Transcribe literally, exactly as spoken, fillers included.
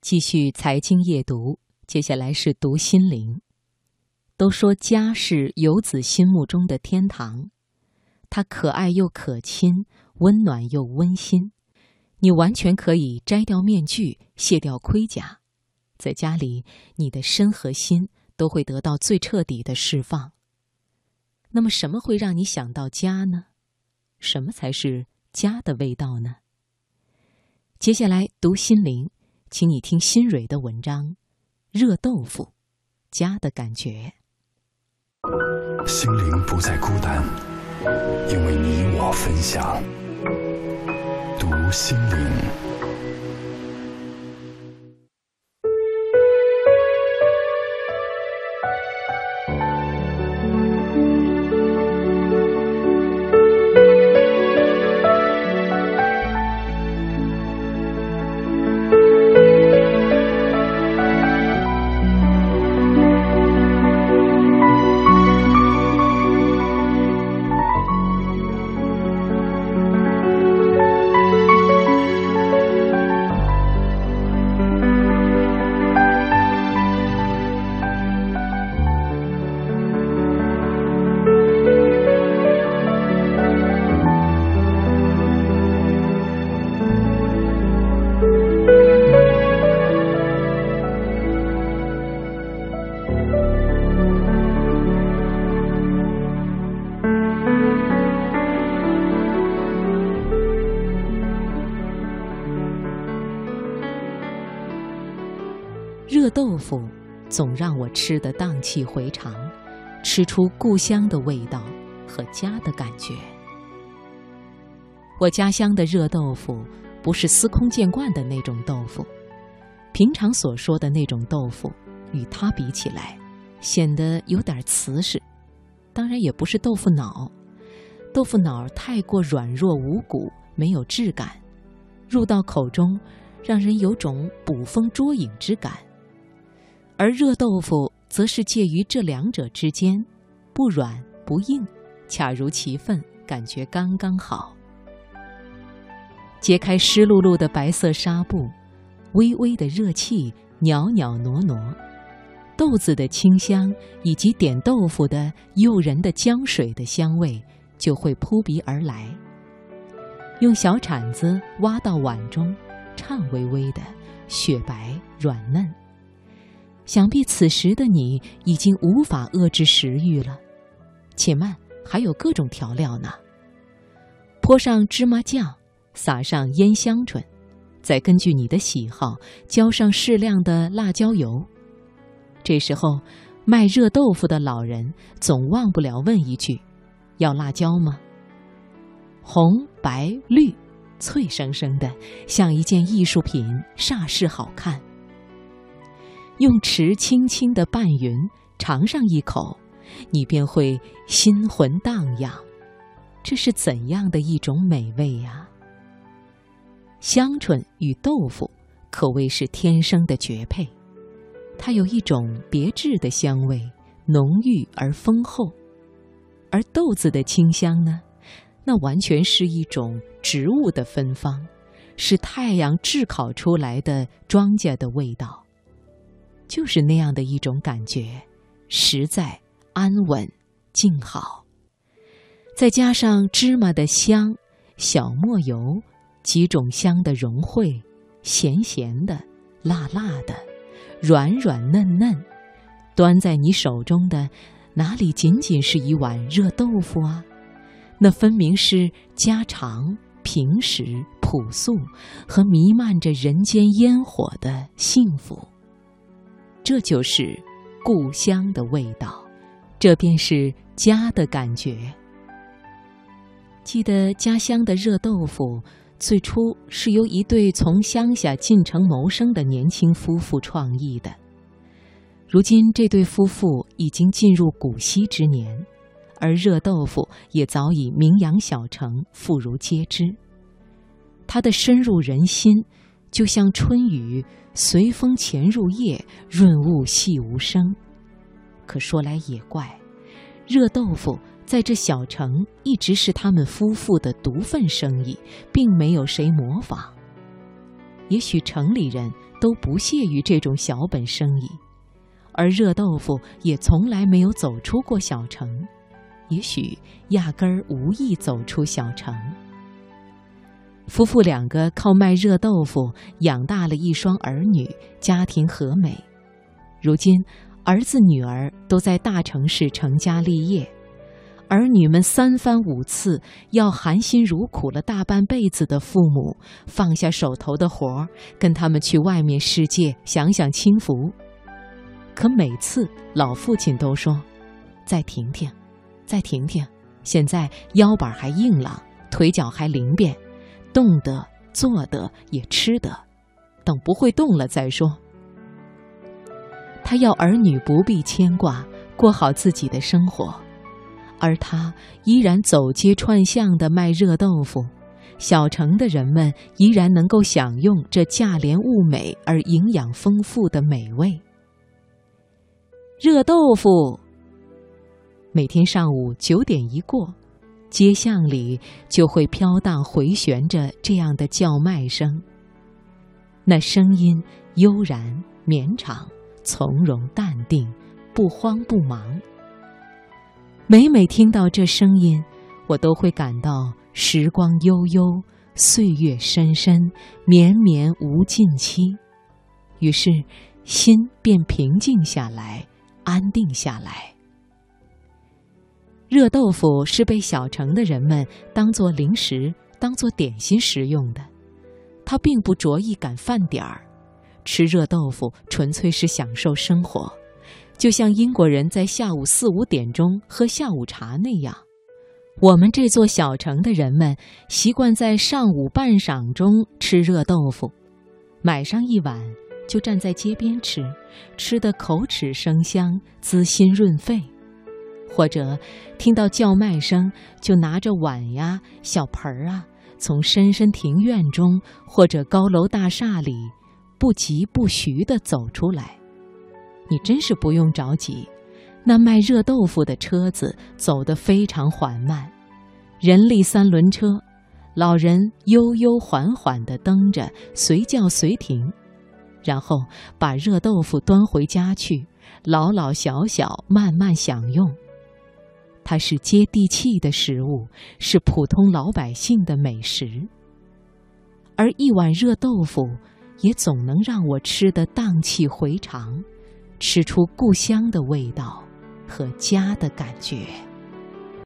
继续财经夜读，接下来是读心灵。都说家是游子心目中的天堂，它可爱又可亲，温暖又温馨。你完全可以摘掉面具，卸掉盔甲，在家里，你的身和心都会得到最彻底的释放。那么什么会让你想到家呢？什么才是家的味道呢？接下来读心灵，请你听新蕊的文章《热豆腐，家的感觉》。 心灵不再孤单，因为你我分享。读心灵。 热豆腐总让我吃得荡气回肠，吃出故乡的味道和家的感觉。我家乡的热豆腐不是司空见惯的那种豆腐，平常所说的那种豆腐与它比起来显得有点瓷实，当然也不是豆腐脑。豆腐脑太过软弱无骨，没有质感，入到口中让人有种捕风捉影之感。而热豆腐则是介于这两者之间，不软不硬，恰如其分，感觉刚刚好。揭开湿漉漉的白色纱布，微微的热气袅袅挪挪，豆子的清香以及点豆腐的诱人的浆水的香味就会扑鼻而来。用小铲子挖到碗中，颤巍巍的，雪白软嫩。想必此时的你已经无法遏制食欲了。且慢，还有各种调料呢。泼上芝麻酱，撒上腌香椿，再根据你的喜好浇上适量的辣椒油。这时候，卖热豆腐的老人总忘不了问一句：要辣椒吗？红、白、绿，脆生生的，像一件艺术品，煞是好看。用匙轻轻地拌匀，尝上一口，你便会心魂荡漾。这是怎样的一种美味呀！香椿与豆腐可谓是天生的绝配，它有一种别致的香味，浓郁而丰厚。而豆子的清香呢，那完全是一种植物的芬芳，是太阳炙烤出来的庄稼的味道。就是那样的一种感觉，实在、安稳、静好。再加上芝麻的香、小磨油几种香的融汇，咸咸的、辣辣的、软软嫩嫩，端在你手中的哪里仅仅是一碗热豆腐啊？那分明是家常、平实、朴素和弥漫着人间烟火的幸福。这就是故乡的味道，这便是家的感觉。记得家乡的热豆腐最初是由一对从乡下进城谋生的年轻夫妇创意的。如今这对夫妇已经进入古稀之年，而热豆腐也早已名扬小城，妇孺皆知。它的深入人心，就像春雨随风潜入叶，润物细无声。可说来也怪，热豆腐在这小城一直是他们夫妇的独份生意，并没有谁模仿。 也许城里人都不屑于这种小本生意，而热豆腐也从来没有走出过小城，也许压根儿无意走出小城。夫妇两个靠卖热豆腐养大了一双儿女，家庭和美。如今儿子女儿都在大城市成家立业，儿女们三番五次要含辛茹苦了大半辈子的父母放下手头的活儿，跟他们去外面世界享享清福。可每次老父亲都说：再停停，再停停，现在腰板还硬朗，腿脚还灵便，动得做得也吃得，等不会动了再说。他要儿女不必牵挂，过好自己的生活，而他依然走街串巷地卖热豆腐，小城的人们依然能够享用这价廉物美而营养丰富的美味。热豆腐，每天上午九点一过，街巷里就会飘荡回旋着这样的叫卖声，那声音悠然绵长，从容淡定，不慌不忙。每每听到这声音，我都会感到时光悠悠，岁月深深，绵绵无尽期，于是心便平静下来，安定下来。热豆腐是被小城的人们当作零食，当作点心食用的，它并不着意赶饭点儿，吃热豆腐纯粹是享受生活，就像英国人在下午四五点钟喝下午茶那样。我们这座小城的人们习惯在上午半晌钟吃热豆腐，买上一碗就站在街边吃，吃得口齿生香，滋心润肺。或者听到叫卖声，就拿着碗呀、小盆儿啊，从深深庭院中或者高楼大厦里不疾不徐地走出来。你真是不用着急，那卖热豆腐的车子走得非常缓慢，人力三轮车，老人悠悠缓缓地蹬着，随叫随停，然后把热豆腐端回家去，老老小小慢慢享用。它是接地气的食物，是普通老百姓的美食。而一碗热豆腐也总能让我吃得荡气回肠，吃出故乡的味道和家的感觉。